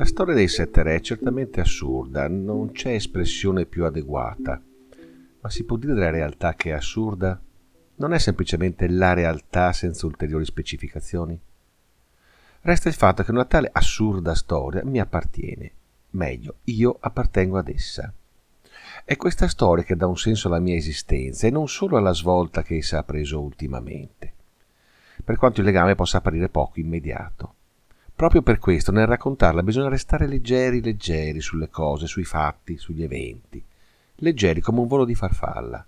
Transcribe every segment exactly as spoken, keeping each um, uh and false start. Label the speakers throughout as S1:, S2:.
S1: storia dei sette re è certamente assurda, non c'è espressione più adeguata. Ma si può dire della realtà che è assurda? Non è semplicemente la realtà senza ulteriori specificazioni? Resta il fatto che una tale assurda storia mi appartiene. Meglio, io appartengo ad essa. È questa storia che dà un senso alla mia esistenza e non solo alla svolta che essa ha preso ultimamente, per quanto il legame possa apparire poco immediato. Proprio per questo nel raccontarla bisogna restare leggeri leggeri sulle cose, sui fatti, sugli eventi, leggeri come un volo di farfalla.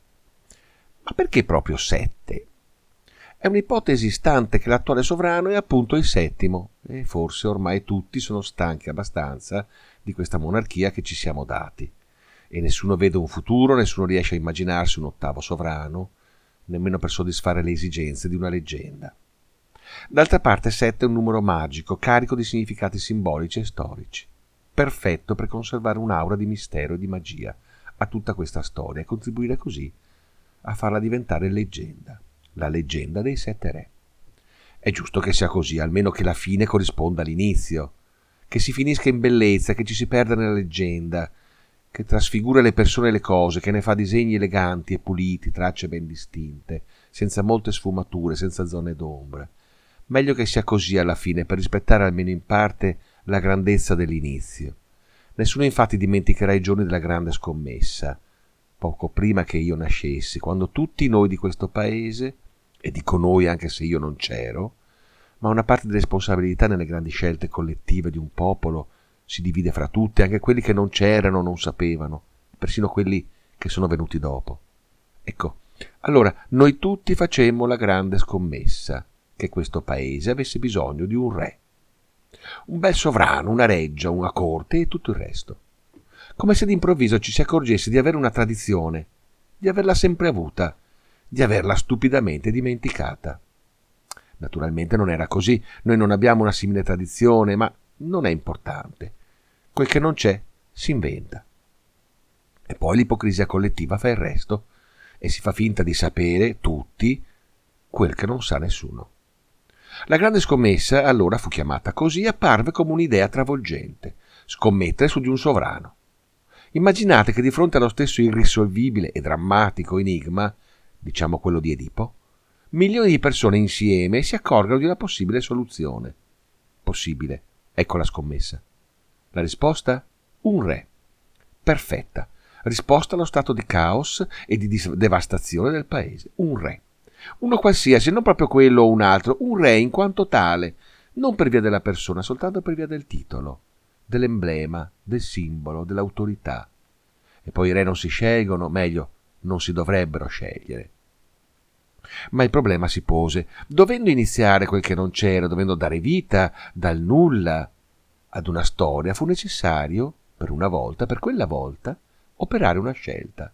S1: Ma perché proprio sette? È un'ipotesi istante che l'attuale sovrano è appunto il settimo, e forse ormai tutti sono stanchi abbastanza di questa monarchia che ci siamo dati. E nessuno vede un futuro, nessuno riesce a immaginarsi un ottavo sovrano, nemmeno per soddisfare le esigenze di una leggenda. D'altra parte sette è un numero magico, carico di significati simbolici e storici, perfetto per conservare un'aura di mistero e di magia a tutta questa storia e contribuire così a farla diventare leggenda, la leggenda dei sette re. È giusto che sia così, almeno che la fine corrisponda all'inizio, che si finisca in bellezza, che ci si perda nella leggenda, che trasfigura le persone e le cose, che ne fa disegni eleganti e puliti, tracce ben distinte, senza molte sfumature, senza zone d'ombra. Meglio che sia così alla fine, per rispettare almeno in parte la grandezza dell'inizio. Nessuno infatti dimenticherà i giorni della grande scommessa, poco prima che io nascessi, quando tutti noi di questo paese, e dico noi anche se io non c'ero, ma una parte di responsabilità nelle grandi scelte collettive di un popolo si divide fra tutti, anche quelli che non c'erano, non sapevano, persino quelli che sono venuti dopo. Ecco, allora noi tutti facemmo la grande scommessa che questo paese avesse bisogno di un re, un bel sovrano, una reggia, una corte e tutto il resto. Come se d'improvviso ci si accorgesse di avere una tradizione, di averla sempre avuta, di averla stupidamente dimenticata. Naturalmente non era così, noi non abbiamo una simile tradizione, ma non è importante. Quel che non c'è si inventa. E poi l'ipocrisia collettiva fa il resto e si fa finta di sapere, tutti, quel che non sa nessuno. La grande scommessa allora fu chiamata così e apparve come un'idea travolgente, scommettere su di un sovrano. Immaginate che di fronte allo stesso irrisolvibile e drammatico enigma, diciamo quello di Edipo, milioni di persone insieme si accorgano di una possibile soluzione. Possibile, ecco la scommessa. La risposta? Un re. Perfetta. Risposta allo stato di caos e di devastazione del paese. Un re. Uno qualsiasi, non proprio quello o un altro, un re in quanto tale, non per via della persona, soltanto per via del titolo, dell'emblema, del simbolo, dell'autorità. E poi i re non si scelgono, meglio, non si dovrebbero scegliere. Ma il problema si pose, dovendo iniziare quel che non c'era, dovendo dare vita dal nulla ad una storia, fu necessario, per una volta, per quella volta, operare una scelta.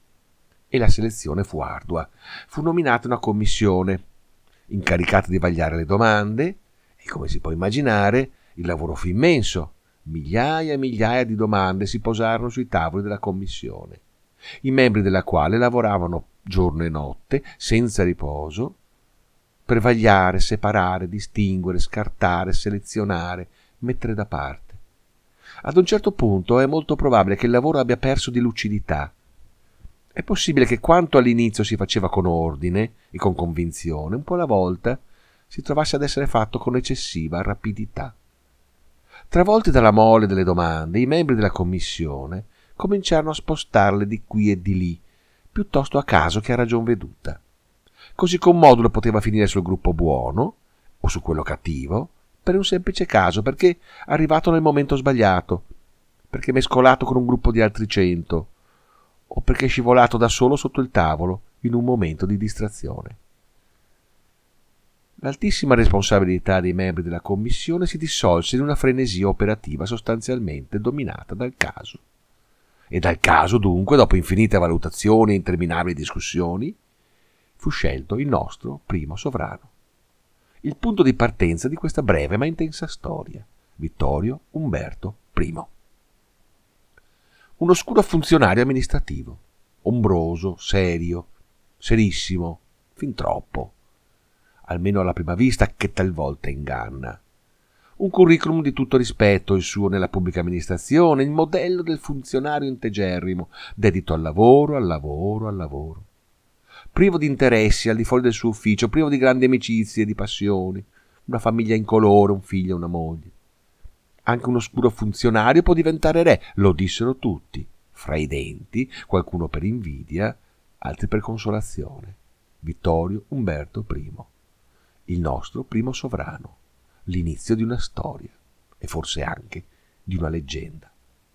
S1: E la selezione fu ardua. Fu nominata una commissione, incaricata di vagliare le domande, e come si può immaginare, il lavoro fu immenso. Migliaia e migliaia di domande si posarono sui tavoli della commissione, i membri della quale lavoravano giorno e notte, senza riposo, per vagliare, separare, distinguere, scartare, selezionare, mettere da parte. Ad un certo punto è molto probabile che il lavoro abbia perso di lucidità. È possibile che quanto all'inizio si faceva con ordine e con convinzione, un po' alla volta si trovasse ad essere fatto con eccessiva rapidità. Travolti dalla mole delle domande, i membri della commissione cominciarono a spostarle di qui e di lì, piuttosto a caso che a ragion veduta. Così che un modulo poteva finire sul gruppo buono o su quello cattivo, per un semplice caso, perché arrivato nel momento sbagliato, perché mescolato con un gruppo di altri cento, o perché scivolato da solo sotto il tavolo in un momento di distrazione. L'altissima responsabilità dei membri della commissione si dissolse in una frenesia operativa sostanzialmente dominata dal caso. E dal caso, dunque, dopo infinite valutazioni e interminabili discussioni, fu scelto il nostro primo sovrano. Il punto di partenza di questa breve ma intensa storia, Vittorio Umberto I. Un oscuro funzionario amministrativo, ombroso, serio, serissimo, fin troppo, almeno alla prima vista, che talvolta inganna. Un curriculum di tutto rispetto, il suo nella pubblica amministrazione, il modello del funzionario integerrimo, dedito al lavoro, al lavoro, al lavoro. Privo di interessi, al di fuori del suo ufficio, privo di grandi amicizie e di passioni, una famiglia incolore, un figlio e una moglie. Anche un oscuro funzionario può diventare re, lo dissero tutti, fra i denti, qualcuno per invidia, altri per consolazione. Vittorio Umberto primo, il nostro primo sovrano, l'inizio di una storia e forse anche di una leggenda.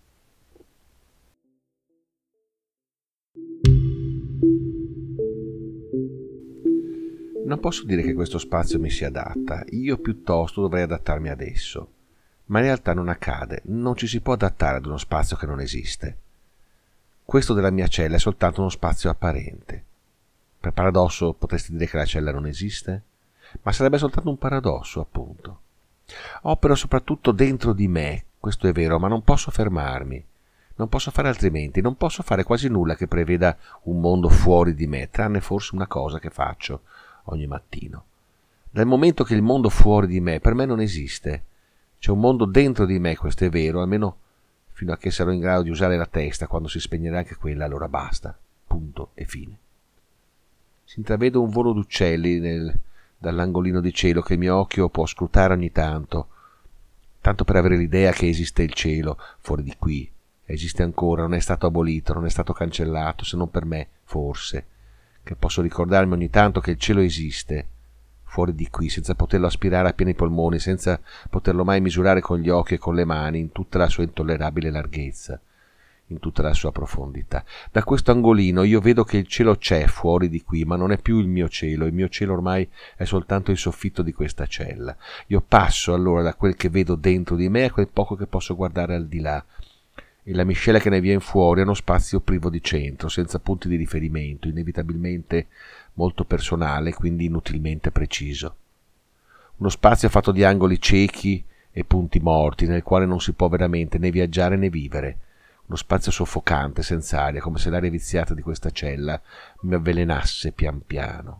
S1: Non posso dire che questo spazio mi si adatta, io piuttosto dovrei adattarmi ad esso, ma in realtà non accade, non ci si può adattare ad uno spazio che non esiste. Questo della mia cella è soltanto uno spazio apparente. Per paradosso potresti dire che la cella non esiste? Ma sarebbe soltanto un paradosso, appunto. Opero soprattutto dentro di me, questo è vero, ma non posso fermarmi. Non posso fare altrimenti, non posso fare quasi nulla che preveda un mondo fuori di me, tranne forse una cosa che faccio ogni mattino. Dal momento che il mondo fuori di me per me non esiste, c'è un mondo dentro di me, questo è vero, almeno fino a che sarò in grado di usare la testa. Quando si spegnerà anche quella, allora basta, punto e fine. Si intravede un volo d'uccelli nel, dall'angolino di cielo che il mio occhio può scrutare ogni tanto, tanto per avere l'idea che esiste il cielo fuori di qui, esiste ancora, non è stato abolito, non è stato cancellato, se non per me, forse, che posso ricordarmi ogni tanto che il cielo esiste fuori di qui, senza poterlo aspirare a pieni polmoni, senza poterlo mai misurare con gli occhi e con le mani, in tutta la sua intollerabile larghezza, in tutta la sua profondità. Da questo angolino io vedo che il cielo c'è fuori di qui, ma non è più il mio cielo, il mio cielo ormai è soltanto il soffitto di questa cella. Io passo allora da quel che vedo dentro di me a quel poco che posso guardare al di là, e la miscela che ne viene fuori è uno spazio privo di centro, senza punti di riferimento, inevitabilmente molto personale, quindi inutilmente preciso. Uno spazio fatto di angoli ciechi e punti morti, nel quale non si può veramente né viaggiare né vivere. Uno spazio soffocante, senza aria, come se l'aria viziata di questa cella mi avvelenasse pian piano.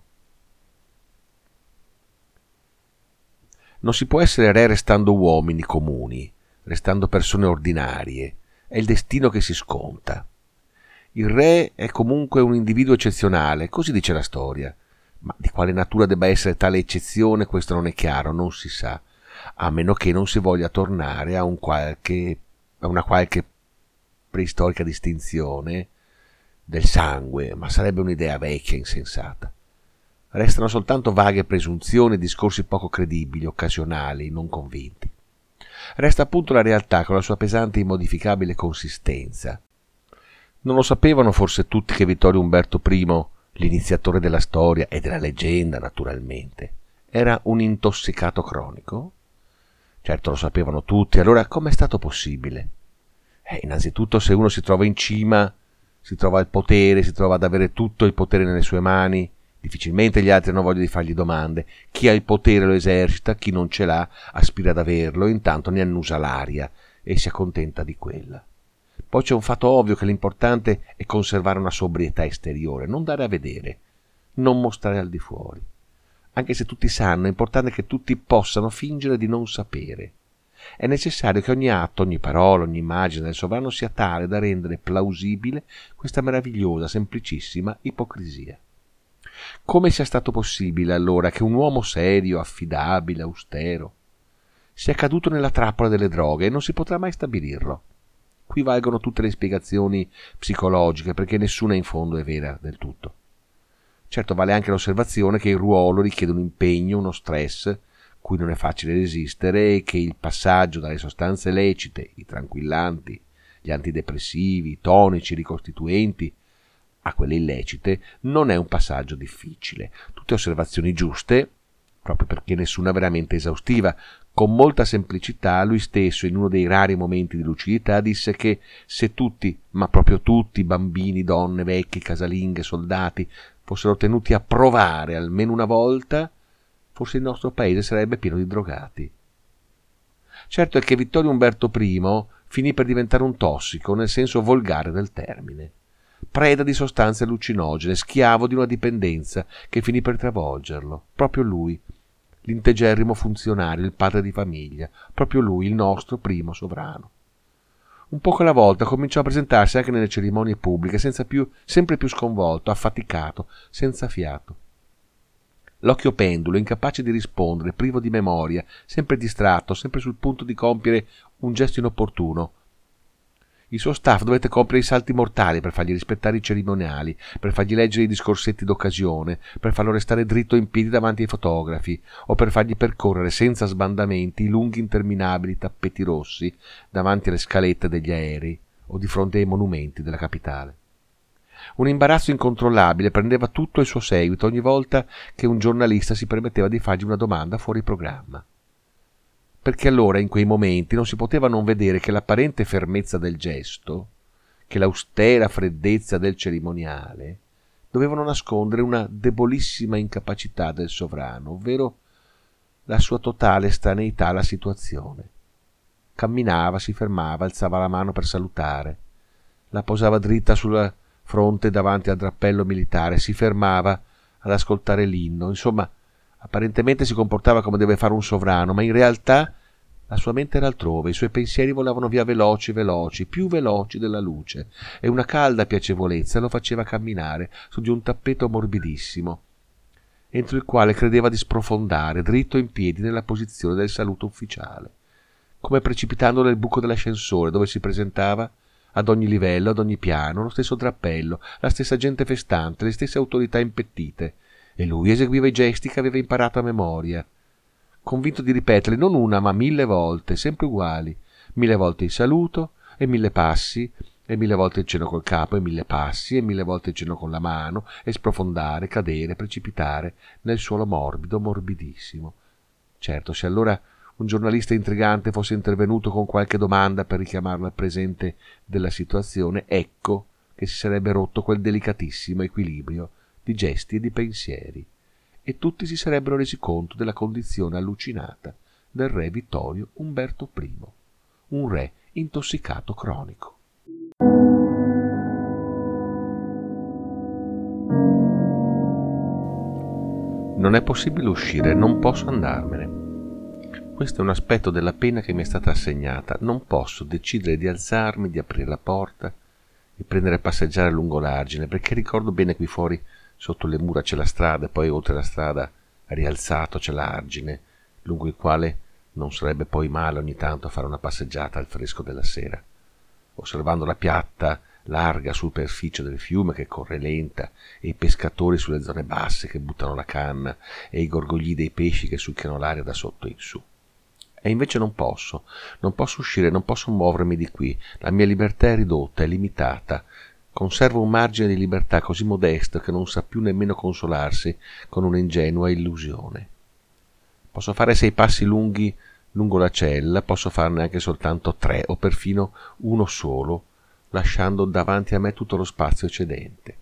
S1: Non si può essere re restando uomini comuni, restando persone ordinarie. È il destino che si sconta. Il re è comunque un individuo eccezionale, così dice la storia, ma di quale natura debba essere tale eccezione questo non è chiaro, non si sa, a meno che non si voglia tornare a, un qualche, a una qualche preistorica distinzione del sangue, ma sarebbe un'idea vecchia e insensata. Restano soltanto vaghe presunzioni e discorsi poco credibili, occasionali, non convinti. Resta appunto la realtà con la sua pesante e immodificabile consistenza. Non lo sapevano forse tutti che Vittorio Umberto primo, l'iniziatore della storia e della leggenda naturalmente, era un intossicato cronico? Certo lo sapevano tutti, allora com'è stato possibile? Eh, innanzitutto se uno si trova in cima, si trova al potere, si trova ad avere tutto il potere nelle sue mani, difficilmente gli altri hanno voglia di fargli domande. Chi ha il potere lo esercita, chi non ce l'ha aspira ad averlo, intanto ne annusa l'aria e si accontenta di quella. Poi c'è un fatto ovvio che l'importante è conservare una sobrietà esteriore, non dare a vedere, non mostrare al di fuori. Anche se tutti sanno, è importante che tutti possano fingere di non sapere. È necessario che ogni atto, ogni parola, ogni immagine del sovrano sia tale da rendere plausibile questa meravigliosa, semplicissima ipocrisia. Come sia stato possibile allora che un uomo serio, affidabile, austero, sia caduto nella trappola delle droghe e non si potrà mai stabilirlo? Qui valgono tutte le spiegazioni psicologiche, perché nessuna in fondo è vera del tutto. Certo vale anche l'osservazione che il ruolo richiede un impegno, uno stress, cui non è facile resistere, e che il passaggio dalle sostanze lecite, i tranquillanti, gli antidepressivi, i tonici, i ricostituenti, a quelle illecite, non è un passaggio difficile. Tutte osservazioni giuste, proprio perché nessuna veramente esaustiva. Con molta semplicità lui stesso, in uno dei rari momenti di lucidità, disse che se tutti, ma proprio tutti, bambini, donne, vecchi, casalinghe, soldati, fossero tenuti a provare almeno una volta, forse il nostro paese sarebbe pieno di drogati. Certo è che Vittorio Umberto primo finì per diventare un tossico, nel senso volgare del termine, preda di sostanze allucinogene, schiavo di una dipendenza che finì per travolgerlo, proprio lui, l'integerrimo funzionario, il padre di famiglia, proprio lui, il nostro primo sovrano. Un poco alla volta cominciò a presentarsi anche nelle cerimonie pubbliche, senza più, sempre più sconvolto, affaticato, senza fiato. L'occhio pendulo, incapace di rispondere, privo di memoria, sempre distratto, sempre sul punto di compiere un gesto inopportuno. Il suo staff dovette compiere i salti mortali per fargli rispettare i cerimoniali, per fargli leggere i discorsetti d'occasione, per farlo restare dritto in piedi davanti ai fotografi, o per fargli percorrere senza sbandamenti i lunghi interminabili tappeti rossi davanti alle scalette degli aerei o di fronte ai monumenti della capitale. Un imbarazzo incontrollabile prendeva tutto il suo seguito ogni volta che un giornalista si permetteva di fargli una domanda fuori programma. Perché allora in quei momenti non si poteva non vedere che l'apparente fermezza del gesto, che l'austera freddezza del cerimoniale, dovevano nascondere una debolissima incapacità del sovrano, ovvero la sua totale estraneità alla situazione. Camminava, si fermava, alzava la mano per salutare, la posava dritta sulla fronte davanti al drappello militare, si fermava ad ascoltare l'inno, insomma, apparentemente si comportava come deve fare un sovrano, ma in realtà la sua mente era altrove, i suoi pensieri volavano via veloci, veloci, più veloci della luce, e una calda piacevolezza lo faceva camminare su di un tappeto morbidissimo, entro il quale credeva di sprofondare, dritto in piedi nella posizione del saluto ufficiale, come precipitando nel buco dell'ascensore dove si presentava ad ogni livello, ad ogni piano, lo stesso drappello, la stessa gente festante, le stesse autorità impettite, e lui eseguiva i gesti che aveva imparato a memoria, convinto di ripeterli non una ma mille volte, sempre uguali, mille volte il saluto e mille passi, e mille volte il cenno col capo e mille passi, e mille volte il cenno con la mano, e sprofondare, cadere, precipitare nel suolo morbido, morbidissimo. Certo, se allora un giornalista intrigante fosse intervenuto con qualche domanda per richiamarlo al presente della situazione, ecco che si sarebbe rotto quel delicatissimo equilibrio di gesti e di pensieri, e tutti si sarebbero resi conto della condizione allucinata del re Vittorio Umberto primo, un re intossicato cronico. Non è possibile uscire, non posso andarmene. Questo è un aspetto della pena che mi è stata assegnata. Non posso decidere di alzarmi, di aprire la porta e prendere a passeggiare lungo l'argine, perché ricordo bene qui fuori, sotto le mura c'è la strada, e poi oltre la strada rialzato c'è l'argine, lungo il quale non sarebbe poi male ogni tanto fare una passeggiata al fresco della sera, osservando la piatta larga superficie del fiume che corre lenta, e i pescatori sulle zone basse che buttano la canna, e i gorgogli dei pesci che succhiano l'aria da sotto in su. E invece non posso, non posso uscire, non posso muovermi di qui, la mia libertà è ridotta, è limitata, conservo un margine di libertà così modesto che non sa più nemmeno consolarsi con un'ingenua illusione. Posso fare sei passi lunghi lungo la cella, posso farne anche soltanto tre o perfino uno solo, lasciando davanti a me tutto lo spazio eccedente.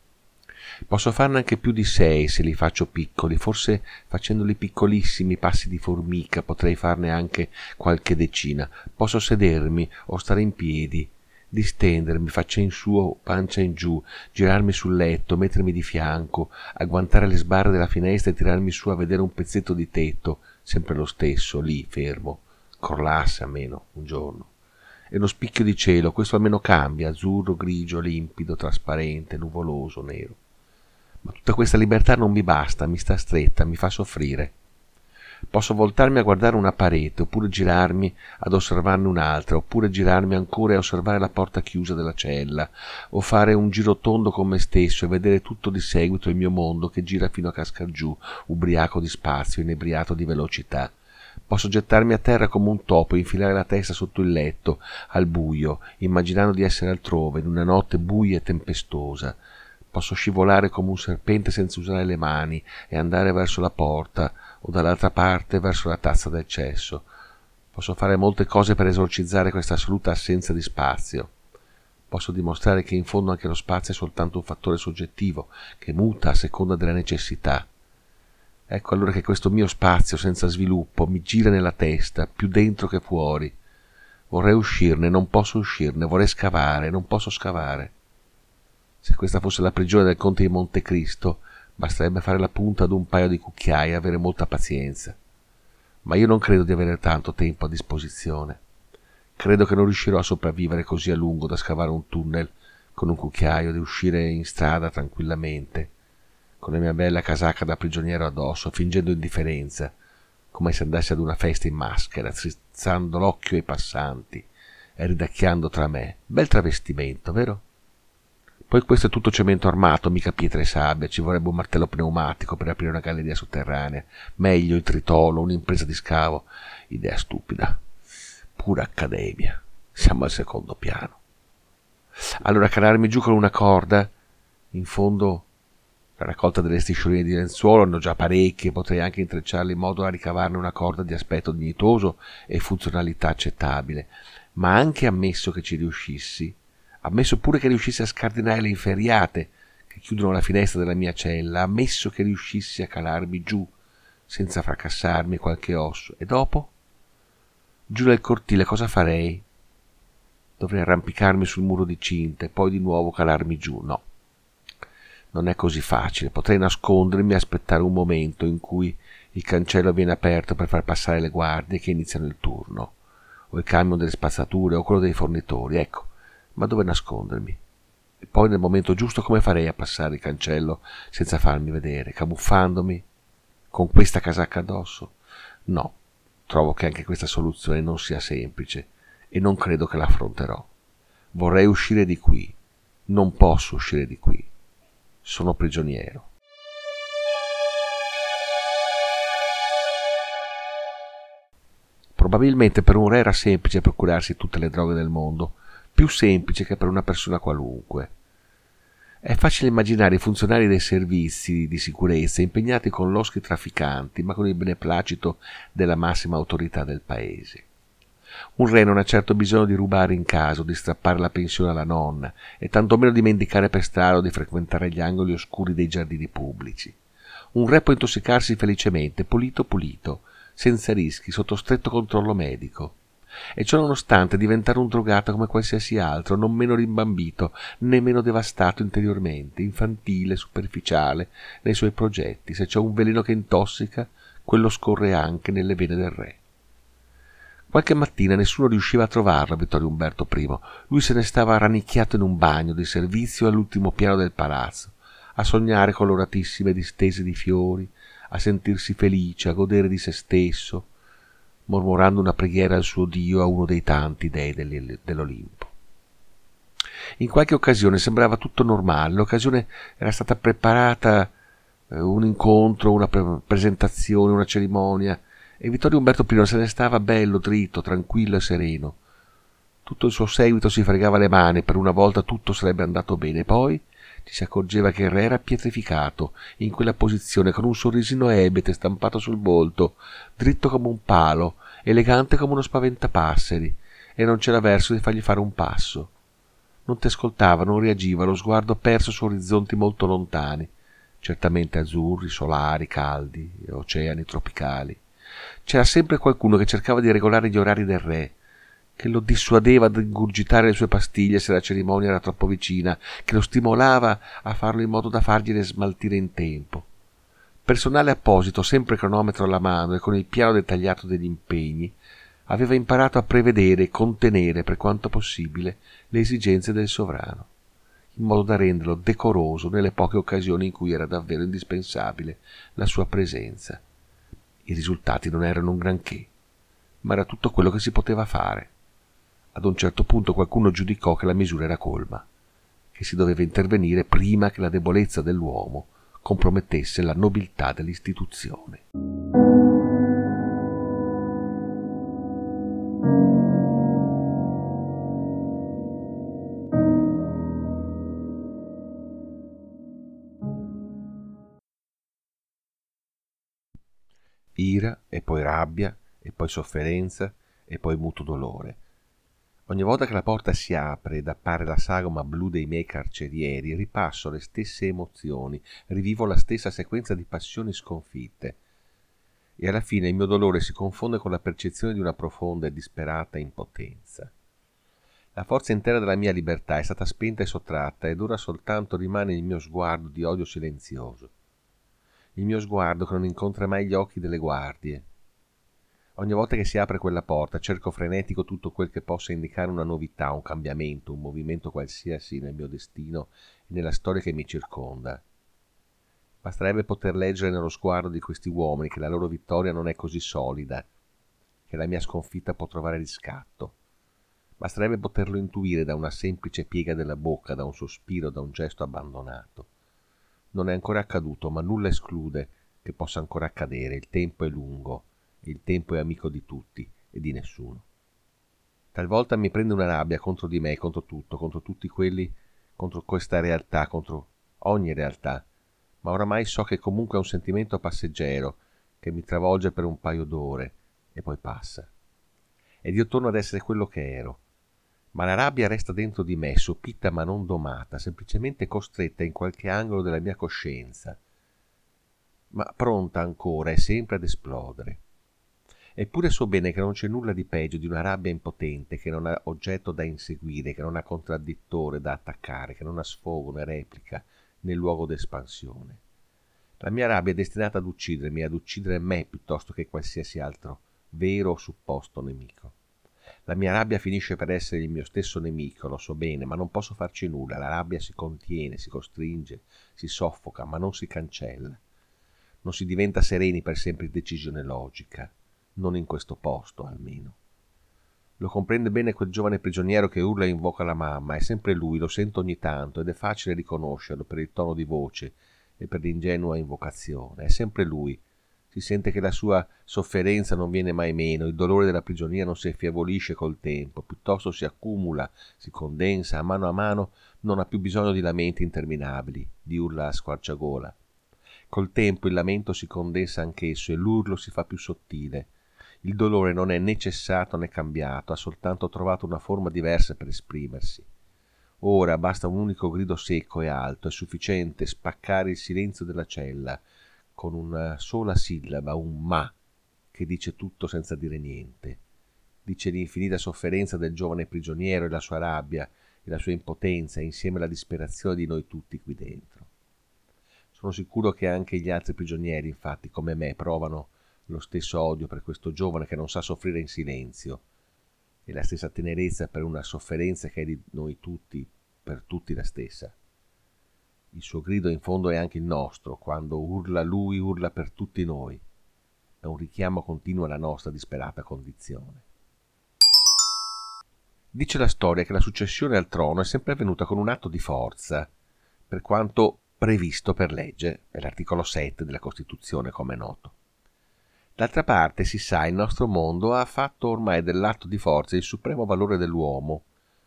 S1: Posso farne anche più di sei se li faccio piccoli, forse facendoli piccolissimi passi di formica potrei farne anche qualche decina. Posso sedermi o stare in piedi, distendermi faccia in su o pancia in giù, girarmi sul letto, mettermi di fianco, agguantare le sbarre della finestra e tirarmi su a vedere un pezzetto di tetto, sempre lo stesso, lì, fermo, crollasse almeno un giorno. E lo spicchio di cielo, questo almeno cambia, azzurro, grigio, limpido, trasparente, nuvoloso, nero. Ma tutta questa libertà non mi basta, mi sta stretta, mi fa soffrire. Posso voltarmi a guardare una parete, oppure girarmi ad osservarne un'altra, oppure girarmi ancora e osservare la porta chiusa della cella, o fare un giro tondo con me stesso e vedere tutto di seguito il mio mondo che gira fino a cascar giù, ubriaco di spazio, inebriato di velocità. Posso gettarmi a terra come un topo e infilare la testa sotto il letto, al buio, immaginando di essere altrove, in una notte buia e tempestosa. Posso scivolare come un serpente senza usare le mani e andare verso la porta o dall'altra parte verso la tazza del cesso. Posso fare molte cose per esorcizzare questa assoluta assenza di spazio. Posso dimostrare che in fondo anche lo spazio è soltanto un fattore soggettivo che muta a seconda della necessità. Ecco allora che questo mio spazio senza sviluppo mi gira nella testa, più dentro che fuori. Vorrei uscirne, non posso uscirne, vorrei scavare, non posso scavare. Se questa fosse la prigione del conte di Montecristo, basterebbe fare la punta ad un paio di cucchiai e avere molta pazienza. Ma io non credo di avere tanto tempo a disposizione. Credo che non riuscirò a sopravvivere così a lungo da scavare un tunnel con un cucchiaio, di uscire in strada tranquillamente, con la mia bella casacca da prigioniero addosso, fingendo indifferenza, come se andassi ad una festa in maschera, strizzando l'occhio ai passanti e ridacchiando tra me. Bel travestimento, vero? Poi questo è tutto cemento armato, mica pietra e sabbia, ci vorrebbe un martello pneumatico per aprire una galleria sotterranea, meglio il tritolo, un'impresa di scavo. Idea stupida. Pura accademia. Siamo al secondo piano. Allora calarmi giù con una corda? In fondo la raccolta delle striscioline di lenzuolo hanno già parecchie, potrei anche intrecciarle in modo da ricavarne una corda di aspetto dignitoso e funzionalità accettabile. Ma anche ammesso che ci riuscissi, ammesso pure che riuscissi a scardinare le inferriate che chiudono la finestra della mia cella, ammesso che riuscissi a calarmi giù senza fracassarmi qualche osso, e dopo? Giù nel cortile cosa farei? Dovrei arrampicarmi sul muro di cinta e poi di nuovo calarmi giù. No, non è così facile. Potrei nascondermi e aspettare un momento in cui il cancello viene aperto per far passare le guardie che iniziano il turno, o il camion delle spazzature o quello dei fornitori, ecco. Ma dove nascondermi? E poi nel momento giusto come farei a passare il cancello senza farmi vedere, camuffandomi con questa casacca addosso? No, trovo che anche questa soluzione non sia semplice e non credo che la affronterò. Vorrei uscire di qui. Non posso uscire di qui. Sono prigioniero. Probabilmente per un re era semplice procurarsi tutte le droghe del mondo, più semplice che per una persona qualunque. È facile immaginare i funzionari dei servizi di sicurezza impegnati con loschi trafficanti, ma con il beneplacito della massima autorità del paese. Un re non ha certo bisogno di rubare in casa o di strappare la pensione alla nonna, e tantomeno di mendicare per strada o di frequentare gli angoli oscuri dei giardini pubblici. Un re può intossicarsi felicemente, pulito pulito, senza rischi, sotto stretto controllo medico. E ciò nonostante diventare un drogato come qualsiasi altro, non meno rimbambito, né meno devastato interiormente, infantile, superficiale nei suoi progetti. Se c'è un veleno che intossica, quello scorre anche nelle vene del re. Qualche mattina nessuno riusciva a trovarlo a Vittorio Umberto primo. Lui se ne stava rannicchiato in un bagno di servizio all'ultimo piano del palazzo, a sognare coloratissime distese di fiori, a sentirsi felice, a godere di se stesso, mormorando una preghiera al suo Dio, a uno dei tanti dei dell'Olimpo. In qualche occasione sembrava tutto normale, l'occasione era stata preparata, eh, un incontro, una pre- presentazione, una cerimonia, e Vittorio Umberto primo se ne stava bello, dritto, tranquillo e sereno. Tutto il suo seguito si fregava le mani, per una volta tutto sarebbe andato bene, poi ci si accorgeva che il re era pietrificato in quella posizione, con un sorrisino ebete stampato sul volto, dritto come un palo, elegante come uno spaventapasseri, e non c'era verso di fargli fare un passo. Non ti ascoltava, non reagiva, lo sguardo perso su orizzonti molto lontani, certamente azzurri, solari, caldi, oceani tropicali. C'era sempre qualcuno che cercava di regolare gli orari del re, che lo dissuadeva ad ingurgitare le sue pastiglie se la cerimonia era troppo vicina, che lo stimolava a farlo in modo da fargliele smaltire in tempo. Personale apposito, sempre cronometro alla mano e con il piano dettagliato degli impegni, aveva imparato a prevedere e contenere per quanto possibile le esigenze del sovrano, in modo da renderlo decoroso nelle poche occasioni in cui era davvero indispensabile la sua presenza. I risultati non erano un granché, ma era tutto quello che si poteva fare. Ad un certo punto qualcuno giudicò che la misura era colma, che si doveva intervenire prima che la debolezza dell'uomo compromettesse la nobiltà dell'istituzione. Ira, e poi rabbia, e poi sofferenza, e poi muto dolore. Ogni volta che la porta si apre ed appare la sagoma blu dei miei carcerieri, ripasso le stesse emozioni, rivivo la stessa sequenza di passioni sconfitte. E alla fine il mio dolore si confonde con la percezione di una profonda e disperata impotenza. La forza intera della mia libertà è stata spenta e sottratta, ed ora soltanto rimane il mio sguardo di odio silenzioso. Il mio sguardo che non incontra mai gli occhi delle guardie. Ogni volta che si apre quella porta cerco frenetico tutto quel che possa indicare una novità, un cambiamento, un movimento qualsiasi nel mio destino e nella storia che mi circonda. Basterebbe poter leggere nello sguardo di questi uomini che la loro vittoria non è così solida, che la mia sconfitta può trovare riscatto. Basterebbe poterlo intuire da una semplice piega della bocca, da un sospiro, da un gesto abbandonato. Non è ancora accaduto, ma nulla esclude che possa ancora accadere. Il tempo è lungo e il tempo è amico di tutti e di nessuno. Talvolta mi prende una rabbia contro di me, contro tutto, contro tutti quelli, contro questa realtà, contro ogni realtà, ma oramai so che comunque è un sentimento passeggero che mi travolge per un paio d'ore e poi passa. Ed io torno ad essere quello che ero. Ma la rabbia resta dentro di me, sopita ma non domata, semplicemente costretta in qualche angolo della mia coscienza, ma pronta ancora e sempre ad esplodere. Eppure so bene che non c'è nulla di peggio di una rabbia impotente, che non ha oggetto da inseguire, che non ha contraddittore da attaccare, che non ha sfogo né replica nel luogo d'espansione. La mia rabbia è destinata ad uccidermi, ad uccidere me piuttosto che qualsiasi altro vero o supposto nemico. La mia rabbia finisce per essere il mio stesso nemico, lo so bene, ma non posso farci nulla. La rabbia si contiene, si costringe, si soffoca, ma non si cancella. Non si diventa sereni per semplice decisione logica, non in questo posto almeno. Lo comprende bene quel giovane prigioniero che urla e invoca la mamma, è sempre lui, lo sento ogni tanto ed è facile riconoscerlo per il tono di voce e per l'ingenua invocazione, è sempre lui. Si sente che la sua sofferenza non viene mai meno, il dolore della prigionia non si affievolisce col tempo, piuttosto si accumula, si condensa, a mano a mano non ha più bisogno di lamenti interminabili, di urla a squarciagola. Col tempo il lamento si condensa anch'esso e l'urlo si fa più sottile. Il dolore non è né cessato né cambiato, ha soltanto trovato una forma diversa per esprimersi. Ora basta un unico grido secco e alto, è sufficiente spaccare il silenzio della cella, con una sola sillaba, un ma, che dice tutto senza dire niente. Dice l'infinita sofferenza del giovane prigioniero e la sua rabbia e la sua impotenza insieme alla disperazione di noi tutti qui dentro. Sono sicuro che anche gli altri prigionieri, infatti, come me, provano lo stesso odio per questo giovane che non sa soffrire in silenzio e la stessa tenerezza per una sofferenza che è di noi tutti, per tutti la stessa. Il suo grido in fondo è anche il nostro, quando urla lui, urla per tutti noi. È un richiamo continuo alla nostra disperata condizione. Dice la storia che la successione al trono è sempre avvenuta con un atto di forza, per quanto previsto per legge, è l'articolo sette della Costituzione, come è noto. D'altra parte, si sa, il nostro mondo ha fatto ormai dell'atto di forza il supremo valore dell'uomo,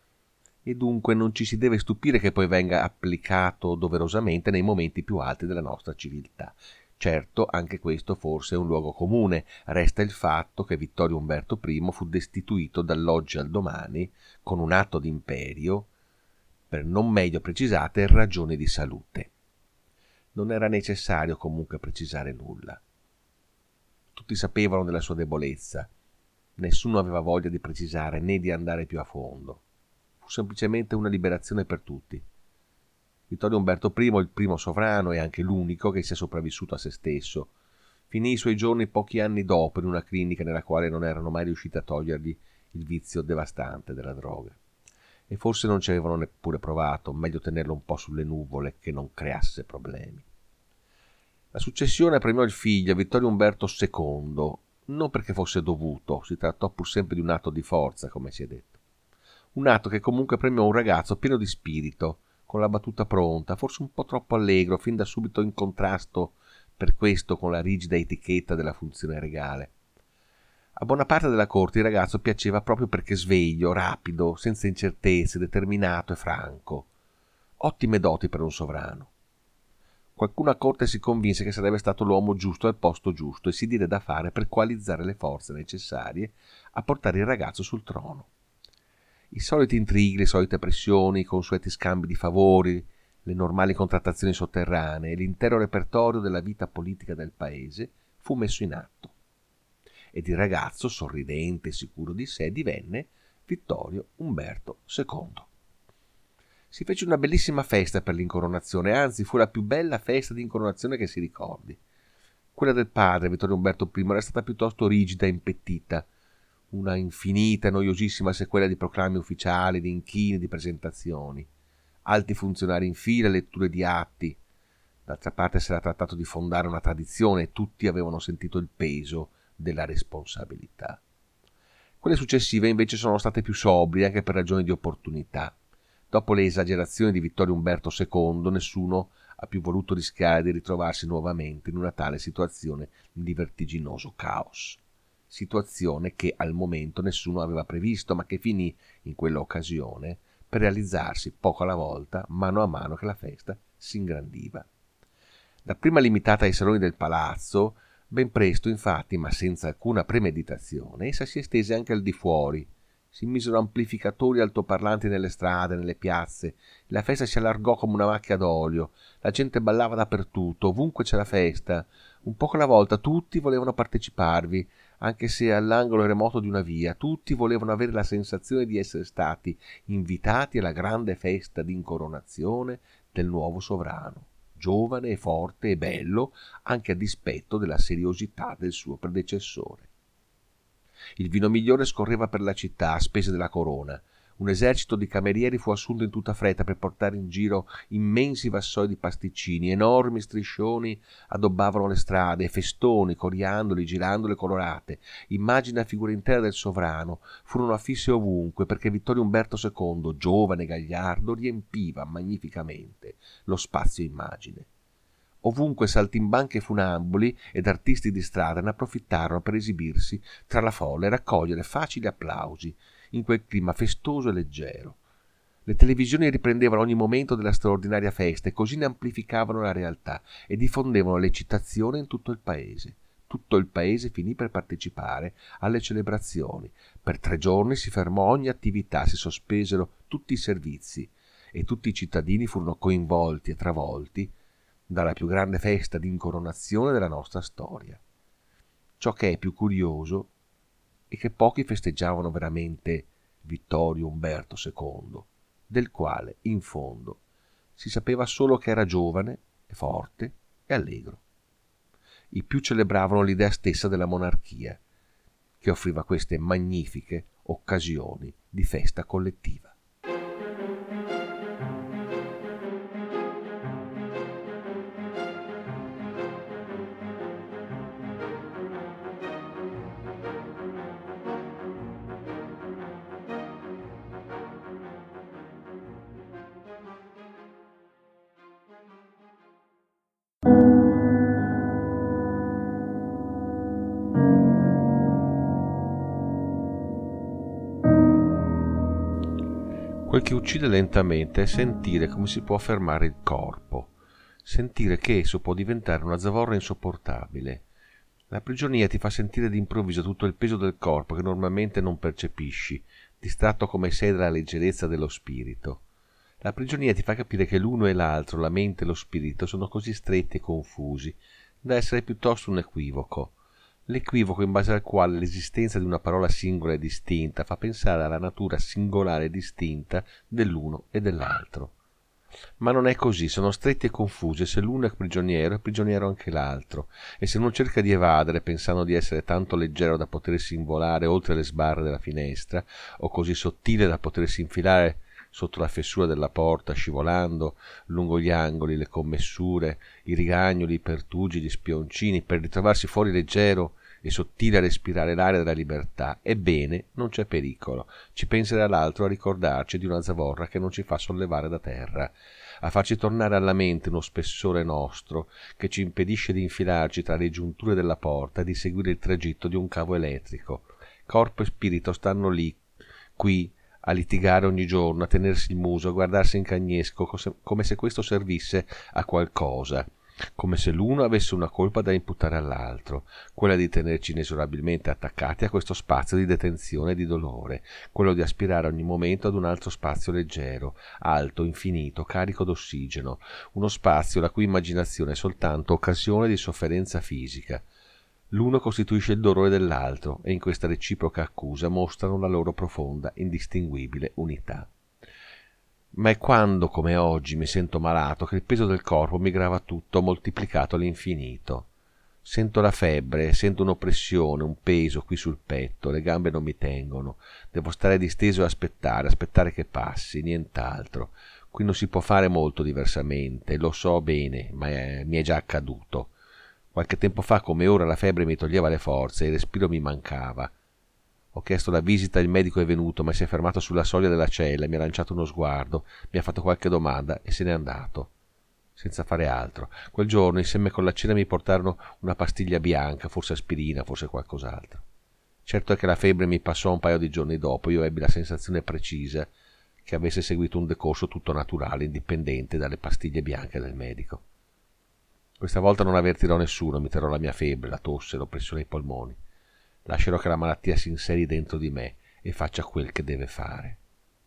S1: e dunque non ci si deve stupire che poi venga applicato doverosamente nei momenti più alti della nostra civiltà. Certo, anche questo forse è un luogo comune, resta il fatto che Vittorio Umberto primo fu destituito dall'oggi al domani con un atto d'imperio per non meglio precisate ragioni di salute. Non era necessario comunque precisare nulla. Tutti sapevano della sua debolezza, nessuno aveva voglia di precisare né di andare più a fondo. Fu semplicemente una liberazione per tutti. Vittorio Umberto primo, il primo sovrano e anche l'unico che sia sopravvissuto a se stesso, finì i suoi giorni pochi anni dopo in una clinica nella quale non erano mai riusciti a togliergli il vizio devastante della droga. E forse non ci avevano neppure provato, meglio tenerlo un po' sulle nuvole che non creasse problemi. La successione premiò il figlio, Vittorio Umberto secondo, non perché fosse dovuto, si trattò pur sempre di un atto di forza, come si è detto. Un atto che comunque premiò un ragazzo pieno di spirito, con la battuta pronta, forse un po' troppo allegro, fin da subito in contrasto per questo con la rigida etichetta della funzione regale. A buona parte della corte il ragazzo piaceva proprio perché sveglio, rapido, senza incertezze, determinato e franco. Ottime doti per un sovrano. Qualcuno a corte si convinse che sarebbe stato l'uomo giusto al posto giusto e si diede da fare per coalizzare le forze necessarie a portare il ragazzo sul trono. I soliti intrighi, le solite pressioni, i consueti scambi di favori, le normali contrattazioni sotterranee, l'intero repertorio della vita politica del paese fu messo in atto. Ed il ragazzo, sorridente e sicuro di sé, divenne Vittorio Umberto secondo. Si fece una bellissima festa per l'incoronazione, anzi fu la più bella festa di incoronazione che si ricordi. Quella del padre, Vittorio Umberto I, era stata piuttosto rigida e impettita, una infinita e noiosissima sequela di proclami ufficiali, di inchini, di presentazioni, alti funzionari in fila, letture di atti. D'altra parte si era trattato di fondare una tradizione e tutti avevano sentito il peso della responsabilità. Quelle successive invece sono state più sobrie anche per ragioni di opportunità. Dopo le esagerazioni di Vittorio Umberto secondo, nessuno ha più voluto rischiare di ritrovarsi nuovamente in una tale situazione di vertiginoso caos. Situazione che al momento nessuno aveva previsto, ma che finì in quell'occasione per realizzarsi poco alla volta, mano a mano che la festa si ingrandiva. Dapprima limitata ai saloni del palazzo, ben presto infatti, ma senza alcuna premeditazione, essa si estese anche al di fuori. Si misero amplificatori altoparlanti nelle strade, nelle piazze, la festa si allargò come una macchia d'olio, la gente ballava dappertutto, ovunque c'era festa. Un poco alla volta tutti volevano parteciparvi, anche se all'angolo remoto di una via, tutti volevano avere la sensazione di essere stati invitati alla grande festa d'incoronazione del nuovo sovrano, giovane e forte e bello, anche a dispetto della seriosità del suo predecessore. Il vino migliore scorreva per la città a spese della corona. Un esercito di camerieri fu assunto in tutta fretta per portare in giro immensi vassoi di pasticcini, enormi striscioni addobbavano le strade, festoni, coriandoli, girandole colorate, immagini a figura intera del sovrano furono affisse ovunque perché Vittorio Umberto secondo, giovane e gagliardo, riempiva magnificamente lo spazio immagine. Ovunque saltimbanchi e funamboli ed artisti di strada ne approfittarono per esibirsi tra la folla e raccogliere facili applausi in quel clima festoso e leggero. Le televisioni riprendevano ogni momento della straordinaria festa e così ne amplificavano la realtà e diffondevano l'eccitazione in tutto il paese. Tutto il paese finì per partecipare alle celebrazioni. Per tre giorni si fermò ogni attività, si sospesero tutti i servizi e tutti i cittadini furono coinvolti e travolti dalla più grande festa d'incoronazione della nostra storia. Ciò che è più curioso è che pochi festeggiavano veramente Vittorio Umberto secondo, del quale, in fondo, si sapeva solo che era giovane, forte e allegro. I più celebravano l'idea stessa della monarchia, che offriva queste magnifiche occasioni di festa collettiva. Quel che uccide lentamente è sentire come si può fermare il corpo, sentire che esso può diventare una zavorra insopportabile. La prigionia ti fa sentire d'improvviso tutto il peso del corpo che normalmente non percepisci, distratto come sei dalla leggerezza dello spirito. La prigionia ti fa capire che l'uno e l'altro, la mente e lo spirito, sono così stretti e confusi da essere piuttosto un equivoco. L'equivoco in base al quale l'esistenza di una parola singola e distinta fa pensare alla natura singolare e distinta dell'uno e dell'altro. Ma non è così, sono stretti e confusi e se l'uno è prigioniero è prigioniero anche l'altro, e se uno cerca di evadere pensando di essere tanto leggero da potersi involare oltre le sbarre della finestra o così sottile da potersi infilare sotto la fessura della porta, scivolando lungo gli angoli, le commessure, i rigagnoli, i pertugi, gli spioncini, per ritrovarsi fuori leggero e sottile a respirare l'aria della libertà, ebbene non c'è pericolo, ci penserà l'altro a ricordarci di una zavorra che non ci fa sollevare da terra, a farci tornare alla mente uno spessore nostro che ci impedisce di infilarci tra le giunture della porta e di seguire il tragitto di un cavo elettrico. Corpo e spirito stanno lì, qui, a litigare ogni giorno, a tenersi il muso, a guardarsi in cagnesco, come se questo servisse a qualcosa, come se l'uno avesse una colpa da imputare all'altro, quella di tenerci inesorabilmente attaccati a questo spazio di detenzione e di dolore, quello di aspirare ogni momento ad un altro spazio leggero, alto, infinito, carico d'ossigeno, uno spazio la cui immaginazione è soltanto occasione di sofferenza fisica. L'uno costituisce il dolore dell'altro e in questa reciproca accusa mostrano la loro profonda, indistinguibile unità. Ma è quando, come oggi, mi sento malato che il peso del corpo mi grava tutto moltiplicato all'infinito. Sento la febbre, sento un'oppressione, un peso qui sul petto, le gambe non mi tengono. Devo stare disteso e aspettare, aspettare che passi, nient'altro. Qui non si può fare molto diversamente, lo so bene, ma è, mi è già accaduto. Qualche tempo fa, come ora, la febbre mi toglieva le forze e il respiro mi mancava. Ho chiesto la visita, il medico è venuto, ma si è fermato sulla soglia della cella, mi ha lanciato uno sguardo, mi ha fatto qualche domanda e se n'è andato. Senza fare altro. Quel giorno, insieme con la cena, mi portarono una pastiglia bianca, forse aspirina, forse qualcos'altro. Certo è che la febbre mi passò un paio di giorni dopo. Io ebbi la sensazione precisa che avesse seguito un decorso tutto naturale, indipendente dalle pastiglie bianche del medico. Questa volta non avvertirò nessuno, mi terrò la mia febbre, la tosse, l'oppressione ai polmoni. Lascerò che la malattia si inseri dentro di me e faccia quel che deve fare.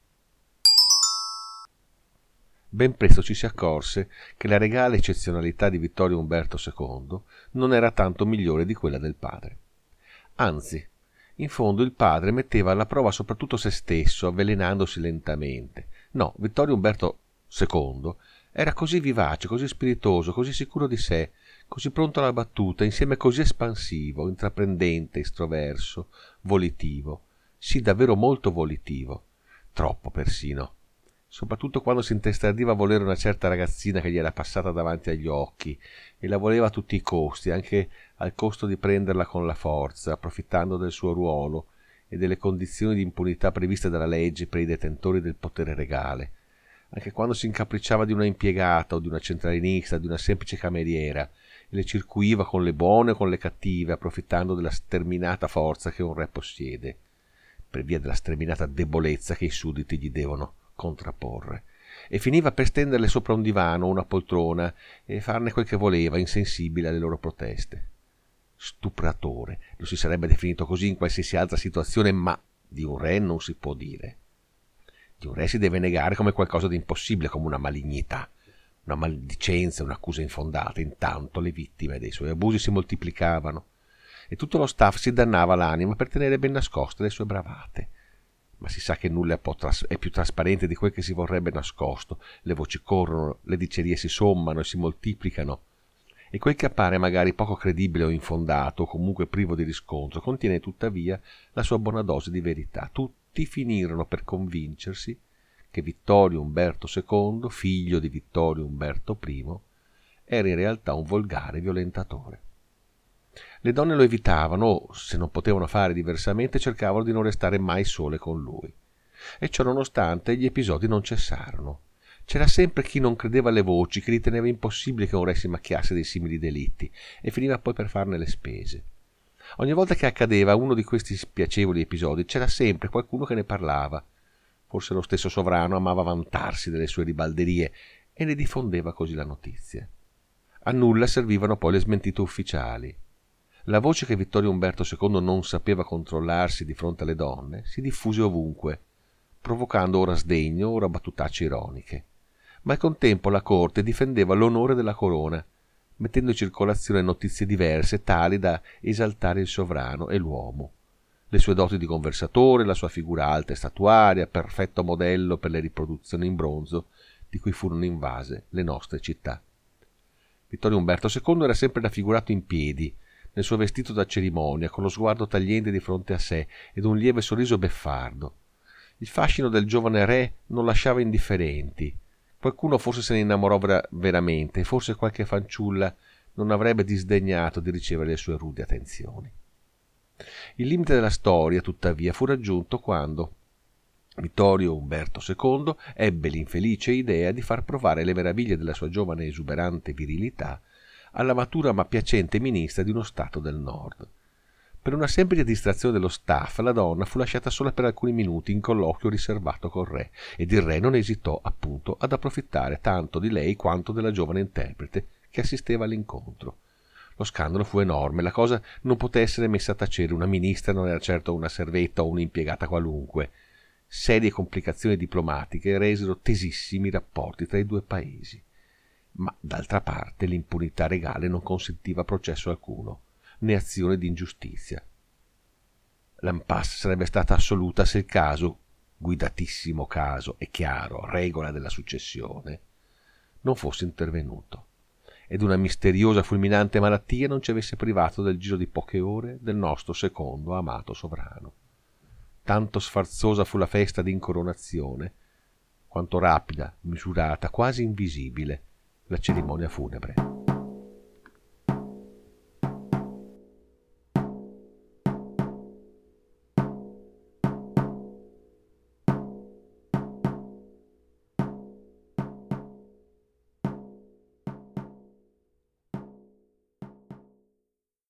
S1: Ben presto ci si accorse che la regale eccezionalità di Vittorio Umberto secondo non era tanto migliore di quella del padre. Anzi, in fondo il padre metteva alla prova soprattutto se stesso, avvelenandosi lentamente. No, Vittorio Umberto secondo era così vivace, così spiritoso, così sicuro di sé, così pronto alla battuta, insieme così espansivo, intraprendente, estroverso, volitivo, sì davvero molto volitivo, troppo persino. Soprattutto quando si intestardiva a volere una certa ragazzina che gli era passata davanti agli occhi e la voleva a tutti i costi, anche al costo di prenderla con la forza, approfittando del suo ruolo e delle condizioni di impunità previste dalla legge per i detentori del potere regale, anche quando si incapricciava di una impiegata o di una centralinista, di una semplice cameriera, e le circuiva con le buone o con le cattive, approfittando della sterminata forza che un re possiede, per via della sterminata debolezza che i sudditi gli devono contrapporre, e finiva per stenderle sopra un divano o una poltrona e farne quel che voleva, insensibile alle loro proteste. Stupratore, lo si sarebbe definito così in qualsiasi altra situazione, ma di un re non si può dire. Di un re si deve negare come qualcosa di impossibile, come una malignità, una maldicenza, un'accusa infondata. Intanto le vittime dei suoi abusi si moltiplicavano e tutto lo staff si dannava l'anima per tenere ben nascoste le sue bravate. Ma si sa che nulla è più trasparente di quel che si vorrebbe nascosto. Le voci corrono, le dicerie si sommano e si moltiplicano, e quel che appare magari poco credibile o infondato, o comunque privo di riscontro, contiene tuttavia la sua buona dose di verità. Tutti finirono per convincersi che Vittorio Umberto secondo, figlio di Vittorio Umberto primo, era in realtà un volgare violentatore. Le donne lo evitavano o, se non potevano fare diversamente, cercavano di non restare mai sole con lui. E ciò nonostante gli episodi non cessarono. C'era sempre chi non credeva alle voci, che riteneva impossibile che un re si macchiasse dei simili delitti, e finiva poi per farne le spese. Ogni volta che accadeva uno di questi spiacevoli episodi, c'era sempre qualcuno che ne parlava. Forse lo stesso sovrano amava vantarsi delle sue ribalderie e ne diffondeva così la notizia. A nulla servivano poi le smentite ufficiali. La voce che Vittorio Umberto secondo non sapeva controllarsi di fronte alle donne si diffuse ovunque, provocando ora sdegno, ora battutacce ironiche. Ma al contempo la corte difendeva l'onore della corona, mettendo in circolazione notizie diverse tali da esaltare il sovrano e l'uomo. Le sue doti di conversatore, la sua figura alta e statuaria, perfetto modello per le riproduzioni in bronzo di cui furono invase le nostre città. Vittorio Umberto secondo era sempre raffigurato in piedi, nel suo vestito da cerimonia, con lo sguardo tagliente di fronte a sé ed un lieve sorriso beffardo. Il fascino del giovane re non lasciava indifferenti. Qualcuno forse se ne innamorò vera- veramente, e forse qualche fanciulla non avrebbe disdegnato di ricevere le sue rudi attenzioni. Il limite della storia, tuttavia, fu raggiunto quando Vittorio Umberto secondo ebbe l'infelice idea di far provare le meraviglie della sua giovane e esuberante virilità alla matura ma piacente ministra di uno stato del nord. Per una semplice distrazione dello staff, la donna fu lasciata sola per alcuni minuti in colloquio riservato col re, ed il re non esitò appunto ad approfittare tanto di lei quanto della giovane interprete che assisteva all'incontro. Lo scandalo fu enorme, la cosa non poté essere messa a tacere, una ministra non era certo una servetta o un'impiegata qualunque. Serie complicazioni diplomatiche resero tesissimi i rapporti tra i due paesi. Ma d'altra parte l'impunità regale non consentiva processo alcuno, né azione di ingiustizia. L'impasse sarebbe stata assoluta se il caso, guidatissimo caso e chiaro, regola della successione, non fosse intervenuto. ed una misteriosa fulminante malattia non ci avesse privato del giro di poche ore del nostro secondo amato sovrano. Tanto sfarzosa fu la festa d'incoronazione, quanto rapida, misurata, quasi invisibile la cerimonia funebre.